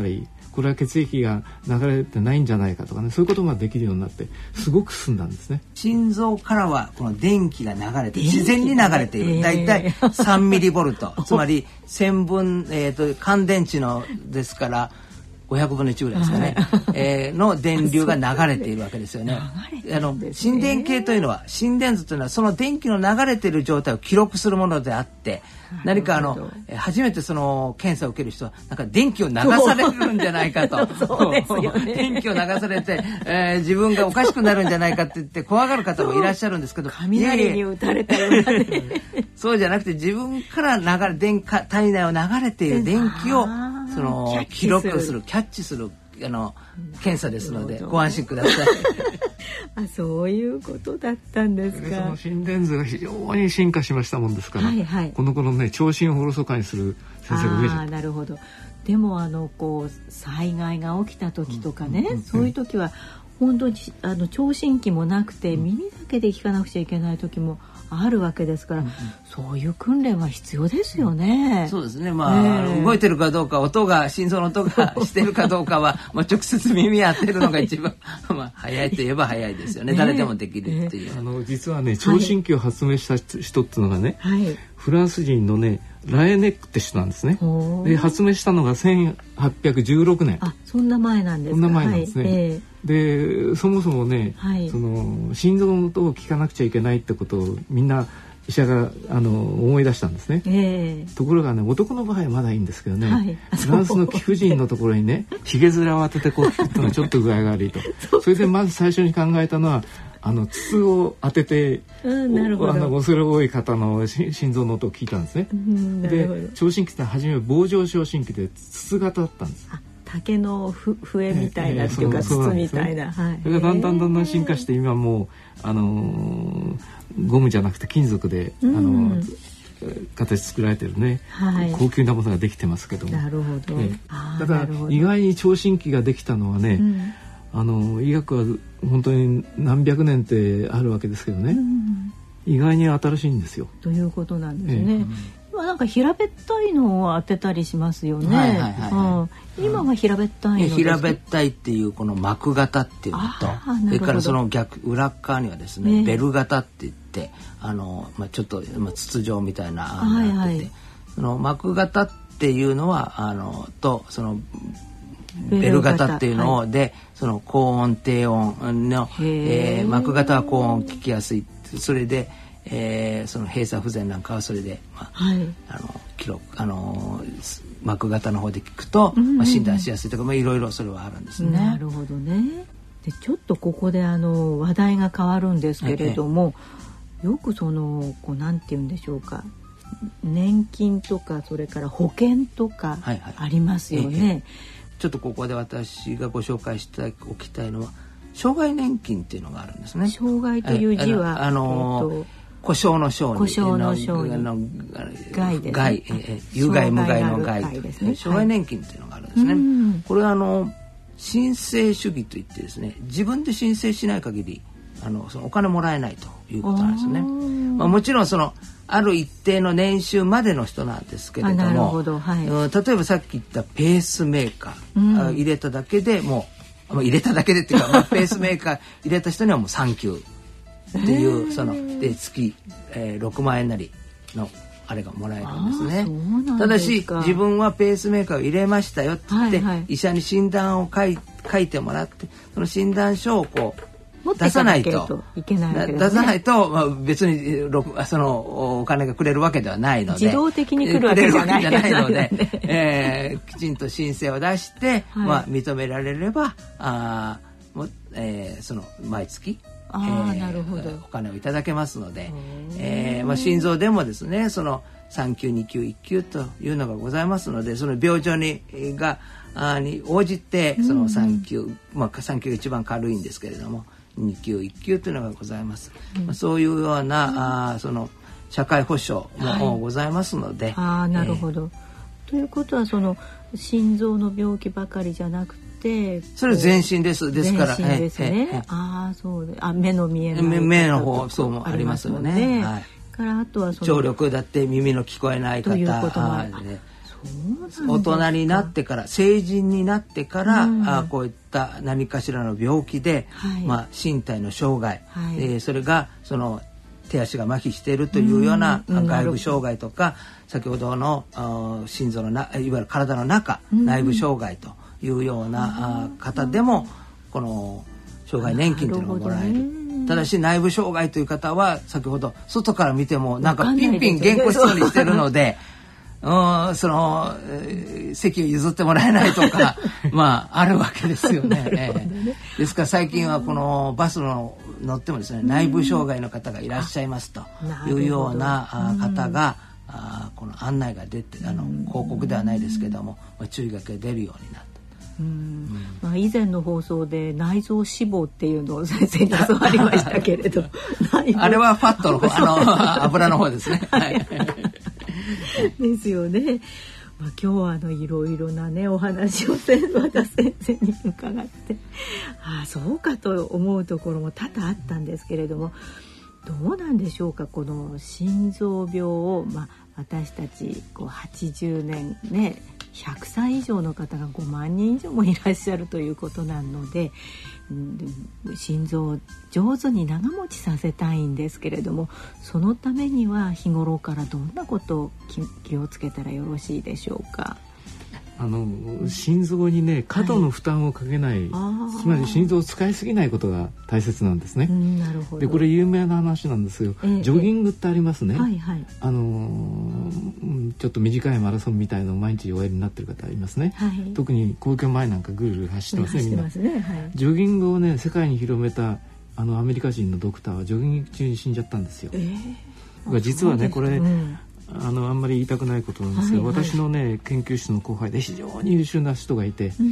これは血液が流れてないんじゃないかとかね、そういうことができるようになってすごく進んだんですね。 心臓からはこの電気が流れて自然に流れている、だいたいさんミリボルト、つまり線分、えー、と乾電池のですからごひゃくぶんのいちぐらいですかね、はい、えー、の電流が流れているわけですよね。あの心電計というのは、心電図というのはその電気の流れている状態を記録するものであって、何かあの初めてその検査を受ける人はなんか電気を流されるんじゃないかとそうですよね、 電気を流されて、えー、自分がおかしくなるんじゃないかって言って怖がる方もいらっしゃるんですけど、 雷に打たれたようなねそうじゃなくて、自分から流れ電体内を流れている電気をその記録する、キャッチするあの検査ですのでご安心くださいあ、そういうことだったんですか。 その心電図が非常に進化しましたもんですから、 はいはい、 この頃ね、聴診をおろそかにする先生が増えちゃった。 あ、なるほど。でもあのこう災害が起きた時とかね、うんうんうん、そういう時は本当にあの聴診器もなくて耳だけで聞かなくちゃいけない時もあるわけですから、うんうん、そういう訓練は必要ですよね。 うん、そうですね。まあ、えー、動いてるかどうか、音が心臓の音がしてるかどうかはまあ直接耳当てるのが一番まあ早いといえば早いですよね。誰でもできるっていう。 あの実はね、聴診器を発明した人っていうのがね、はい、フランス人のねラエネックって人なんですね。で発明したのがせんはっぴゃくじゅうろくねん。 あ、そんな前なんですか。 そんな前なんですね。はい、えー、でそもそもね、はい、その心臓の音を聞かなくちゃいけないってことをみんな医者があの思い出したんですね。えー、ところがね、男の場合はまだいいんですけどね、はい、フランスの貴婦人のところにねひげ面を当ててこう聞くのはちょっと具合が悪いとそれでまず最初に考えたのはあの筒を当てて、うん、なるほど、あの恐れ多い方の心臓の音を聞いたんですね。うん、で聴診器って初め棒状聴診器で筒型だったんです。 あ、竹のふ笛みたいなっていうか、えー、筒みたいな、はい、 それがだんだんだんだん進化して今もうあのー、ゴムじゃなくて金属で、うん、あのー、形作られてるね、はい、高級なものができてますけども。 なるほど、 ね、だから意外に聴診器ができたのはね、うん、あの医学は本当に何百年ってあるわけですけどね、うん、意外に新しいんですよ。 ということなんですね。えー今なんか平べったいのを当てたりしますよね。はいはいはいはい、うん、今は平べったいのですか。 平べったいっていうこの膜型っていうのと、それからその逆裏側にはですね、ね、ベル型って言ってあの、まあ、ちょっと、まあ、筒状みたいなあってて、はいはい、その膜型っていうのはあのとそのベル型っていうのを、はい、でその高音低音の、えー、膜型は高音聞きやすい、それでえー、その閉鎖不全なんかはそれで、まあはい、あの記録あの膜型の方で聞くと、うんうんうん、まあ、診断しやすいとか、まあ、いろいろそれはあるんですね。 なるほどね。でちょっとここであの話題が変わるんですけれども、はい、よくそのこうなんて言うんでしょうか、年金とかそれから保険とかありますよね。はいはい、ええ、 ちょっとここで私がご紹介しておきたいのは障害年金っていうのがあるんですね。 障害という字は、 あの、えーと故障の障に故障の障に害ですね。 害、えー、有害無害の害とですね。障害年金っていうのがあるんですね。はい、これはあの申請主義といってですね、自分で申請しない限りあのそのお金もらえないということなんですね。まあ、もちろんそのある一定の年収までの人なんですけれども、ど、はい、うん、例えばさっき言ったペースメーカー、うん、入れただけでもう、まあ、入れただけでっていうか、まあ、ペースメーカー入れた人にはもう産休っていうそので月、えー、ろくまんえんなりのあれがもらえるんですね。ただし自分はペースメーカーを入れましたよって言って、はいはい、医者に診断を書い、書いてもらって、その診断書をこう出さないといけないわけですね。出さないと、まあ、別にそのお金がくれるわけではないので、 自動的に来るわけじゃないので、えー、きちんと申請を出して、はい、まあ、認められればあも、えー、その毎月あー、えー、なるほど、 お金をいただけますので、えーまあ、心臓でもですね、そのさん級に級いっ級というのがございますので、その病状にがあに応じてそのさん級、うん、まあ、さん級が一番軽いんですけれどもに級いっ級というのがございます、うん、まあ、そういうような、うん、あその社会保障もございますので、はい、 あ、なるほど、えー、ということはその心臓の病気ばかりじゃなくて、 それ全身です。ですから、 全身ですね。ええええ、ああ、そうで、あ、目の見えない目、目の方そうもありますよね。はい。 からあとはその聴力だって耳の聞こえない方、 ということもある。 大人になってから成人になってから、うん、あこういった何かしらの病気で、はい、まあ、身体の障害、はい、えー、それがその手足が麻痺しているというような外部障害とか、うん、先ほどの心臓のないわゆる体の中、うん、内部障害というような方でもこの障害年金というのがもらえる。ただし内部障害という方は先ほど外から見てもなんかピンピンげんこしそうにしてるのでうんその、えー、席を譲ってもらえないとかまああるわけですよね、えー、ですから最近はこのバスの乗ってもですね、内部障害の方がいらっしゃいますというような方が、あこの案内が出てあの広告ではないですけども、まあ、注意書きが出るようになった。 うんうんまあ、以前の放送で内臓脂肪っていうのを先生に教わりましたけれどあれはファットの方あの油の方ですね、はい、 ですよね。まあ、今日はあのいろいろなねお話を和田先生に伺ってああそうかと思うところも多々あったんですけれども、どうなんでしょうか、この心臓病を、まあ、私たちこうはちじゅうねんねひゃくさい以上の方がごまんにん以上もいらっしゃるということなので、うん、心臓を上手に長持ちさせたいんですけれども、そのためには日頃からどんなことを 気, 気をつけたらよろしいでしょうか。 あの心臓にね過度の負担をかけない、はい、つまり心臓を使いすぎないことが大切なんですね。うん、なるほど。でこれ有名な話なんですよ、えー、ジョギングってありますね、はいはい、あのー、ちょっと短いマラソンみたいのを毎日おやりになってる方いますね、はい、特に皇居前なんかぐるぐる走ってますね、みんな、はい、ジョギングをね世界に広めたあのアメリカ人のドクターはジョギング中に死んじゃったんですよ、えー、実はねこれ、うんあのあんまり言いたくないことなんですけど、はいはい、私のね研究室の後輩で非常に優秀な人がいて、うん、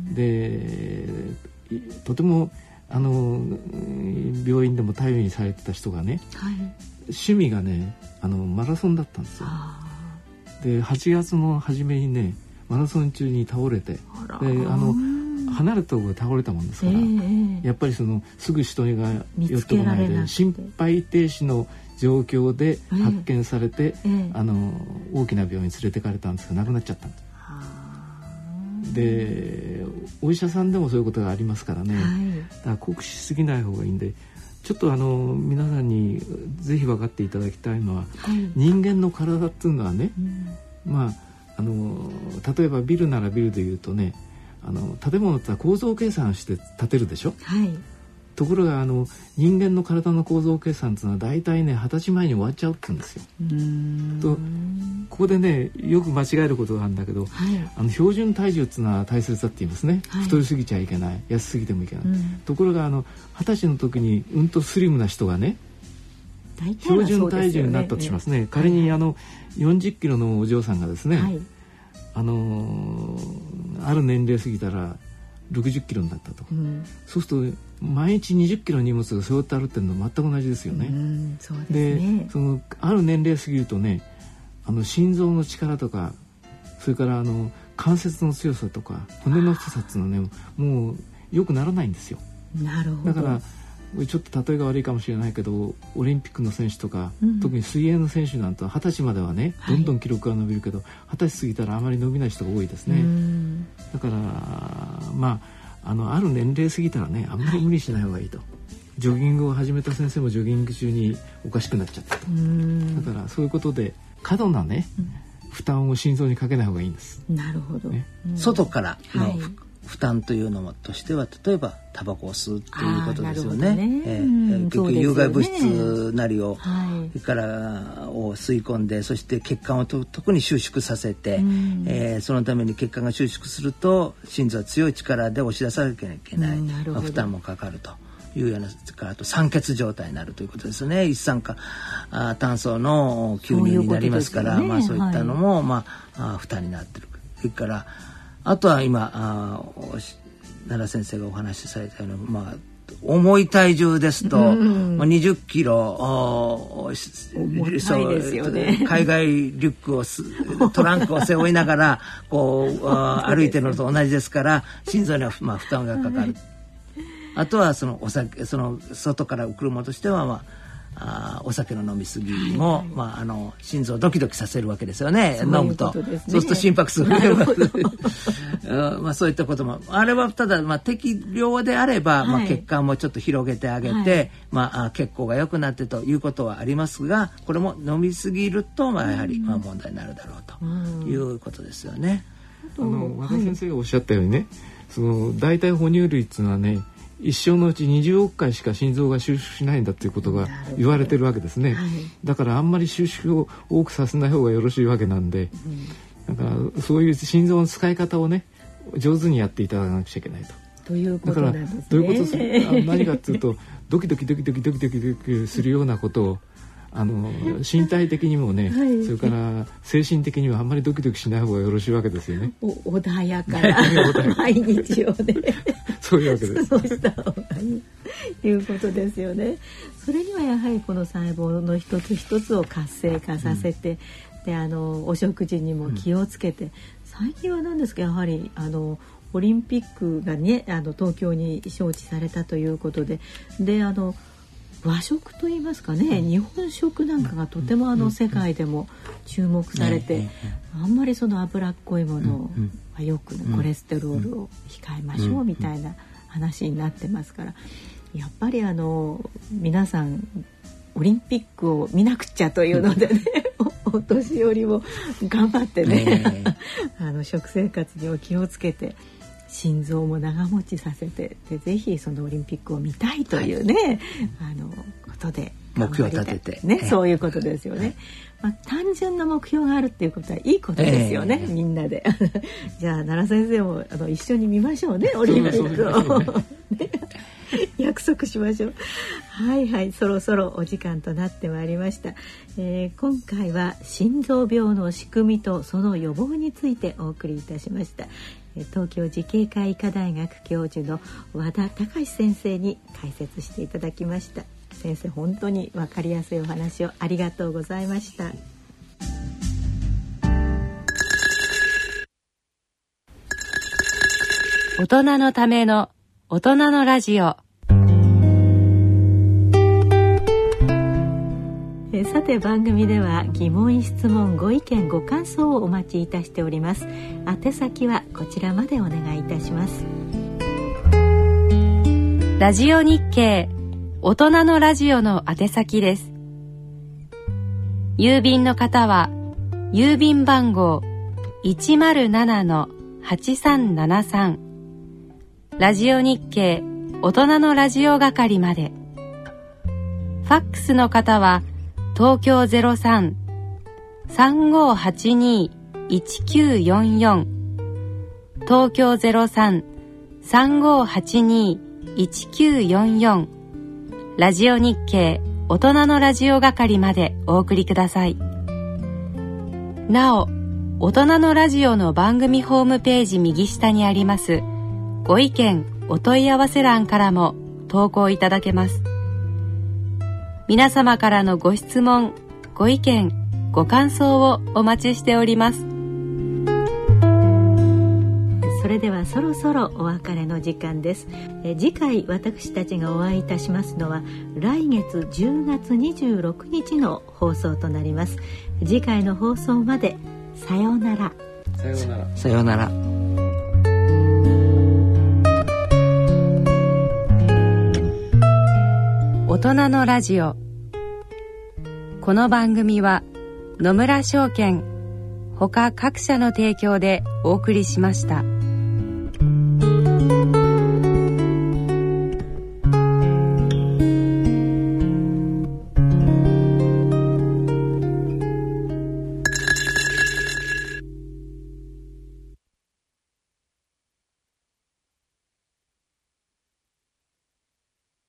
でとてもあの病院でも頼りにされてた人がね、はい、趣味がねあのマラソンだったんですよ。ではちがつの初めにねマラソン中に倒れて、であの離れたところで倒れたもんですから、えー、やっぱりそのすぐ人が寄ってこないで心肺停止の状況で発見されて、えーえー、あの大きな病院に連れてかれたんですが亡くなっちゃったんです。でお医者さんでもそういうことがありますからね、はい、だから酷使しすぎない方がいいんで、ちょっとあの皆さんにぜひ分かっていただきたいのは、はい、人間の体っていうのはね、うん、まああの例えばビルならビルでいうとね、あの建物って構造計算して建てるでしょ、はい、ところがあの人間の体の構造計算っていうのは大体ねはたちまえに終わっちゃうって言うんですよ。うーんとここでねよく間違えることがあるんだけど、はい、あの標準体重っていうのは大切だって言いますね、はい、太りすぎちゃいけない、痩せすぎてもいけない、うん、ところがあのはたちの時にうんとスリムな人がね標準体重になったとしますね、仮にあのよんじゅっキロのお嬢さんがですね、はい、あのー、ある年齢過ぎたらろくじゅっキロになったと、うん、そうすると毎日にじゅっキロの荷物が背負って歩ってるの全く同じですよね。うん、そうですね。でそのある年齢過ぎるとね、あの心臓の力とかそれからあの関節の強さとか骨の太さっていうのはねもう良くならないんですよ。なるほど。だからちょっと例えが悪いかもしれないけどオリンピックの選手とか、うん、特に水泳の選手なんてはたちまではねどんどん記録が伸びるけど、はたち過ぎたらあまり伸びない人が多いですね。うんだからまああのある年齢過ぎたらねあんまり無理しない方がいいと、はい、ジョギングを始めた先生もジョギング中におかしくなっちゃったと。うんだからそういうことで過度なね、うん、負担を心臓にかけない方がいいんです。 なるほど、ねうん、外からの、はい負担というのもとしては例えばタバコを吸うっていうことですよね。ねえー、結局有害物質なりを、はい、それからを吸い込んでそして血管をと特に収縮させて、うんえー、そのために血管が収縮すると心臓は強い力で押し出さなきゃいけない、うんまあ、負担もかかるというようなあと酸欠状態になるということですよね。一酸化炭素の吸入になりますから、そういうことですよね。まあ、そういったのも、はいまあ、負担になっている。それからあとは今あ奈良先生がお話しされたような、まあ、重い体重ですと、うんまあ、にじゅっキロ重たいですよね。海外リュックをトランクを背負いながらこう歩いてるのと同じですから心臓には、まあ、負担がかかる、はい、あとはそのお酒その外から来るものとしては、まあお酒の飲み過ぎも、はいはい、まあ、あの心臓をドキドキさせるわけですよね。そういう飲むと、ね、そうすると心拍数が上がるうん、まあ、そういったこともあれはただ、まあ、適量であれば、はい、まあ、血管もちょっと広げてあげて、はい、まあ、血行が良くなってということはありますが、これも飲み過ぎると、まあ、やはり、まあ、問題になるだろうということですよね。 あの和田先生がおっしゃったようにね、はい、その大体哺乳類っていうのはね、一生のうちにじゅうおくかいしか心臓が収縮しないんだということが言われてるわけですね、はい、だからあんまり収縮を多くさせない方がよろしいわけなんで、うん、だからそういう心臓の使い方をね上手にやっていただかなくちゃいけないと。 ということなんですね。 だからどういうことする何かっていうとドキドキドキドキドキドキドキするようなことをあの身体的にもね、はい、それから精神的にはあんまりドキドキしない方がよろしいわけですよね。 お穏やかな毎日をねそういうわけです。 そうした方がいいということですよね。それにはやはりこの細胞の一つ一つを活性化させて、うん、であのお食事にも気をつけて、うん、最近は何ですか、やはりあのオリンピックがねあの東京に招致されたということで、であの和食といいますかね、日本食なんかがとてもあの世界でも注目されて、あんまりその脂っこいものはよくコレステロールを控えましょうみたいな話になってますから、やっぱりあの皆さんオリンピックを見なくちゃというのでねお年寄りも頑張ってねあの食生活にお気をつけて心臓も長持ちさせて、でぜひそのオリンピックを見たいというね、はい、あのことで目標を立てて、 ね、そういうことですよね、はい、まあ、単純な目標があるっていうことはいいことですよね、えー、みんなでじゃあ奈良先生もあの一緒に見ましょうね、オリンピックをね、約束しましょう。はいはい、そろそろお時間となってまいりました、えー、今回は心臓病の仕組みとその予防についてお送りいたしました。東京慈恵会医科大学教授の和田隆先生に解説していただきました。先生、本当に分かりやすいお話をありがとうございました。 大人のための大人のラジオ。 えさて、番組では疑問質問ご意見ご感想をお待ちいたしております。宛先はこちらまでお願いいたします。 ラジオ日経大人のラジオの宛先です。郵便の方は郵便番号 いちまるななのはちさんななさん ラジオ日経大人のラジオ係まで。ファックスの方は東京 ゼロさん さんごはちに いちきゅうよんよん 東京 ゼロさん さんごはちに いちきゅうよんよん ラジオ日経大人のラジオ係までお送りください。なお、大人のラジオの番組ホームページ右下にありますご意見お問い合わせ欄からも投稿いただけます。皆様からのご質問、ご意見、ご感想をお待ちしております。 それではそろそろお別れの時間です。え次回私たちがお会いいたしますのは来月じゅうがつにじゅうろくにちの放送となります。次回の放送までさようなら。 さようなら。 さようなら。 大人のラジオ。この番組は野村証券ほか各社の提供でお送りしました。